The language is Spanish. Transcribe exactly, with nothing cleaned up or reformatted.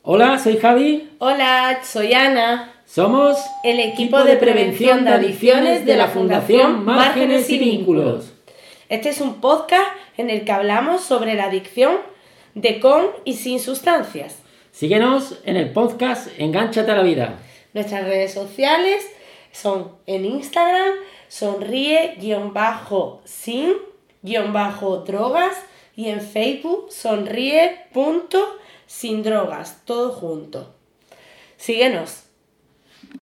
Hola, soy Javi. Hola, soy Ana. Somos el equipo de prevención de adicciones de la Fundación Márgenes y Vínculos. Este es un podcast en el que hablamos sobre la adicción de con y sin sustancias. Síguenos en el podcast Engánchate a la vida. Nuestras redes sociales son en Instagram sonríe-sin-drogas y en Facebook sonríe.sindrogas, todo junto. Síguenos.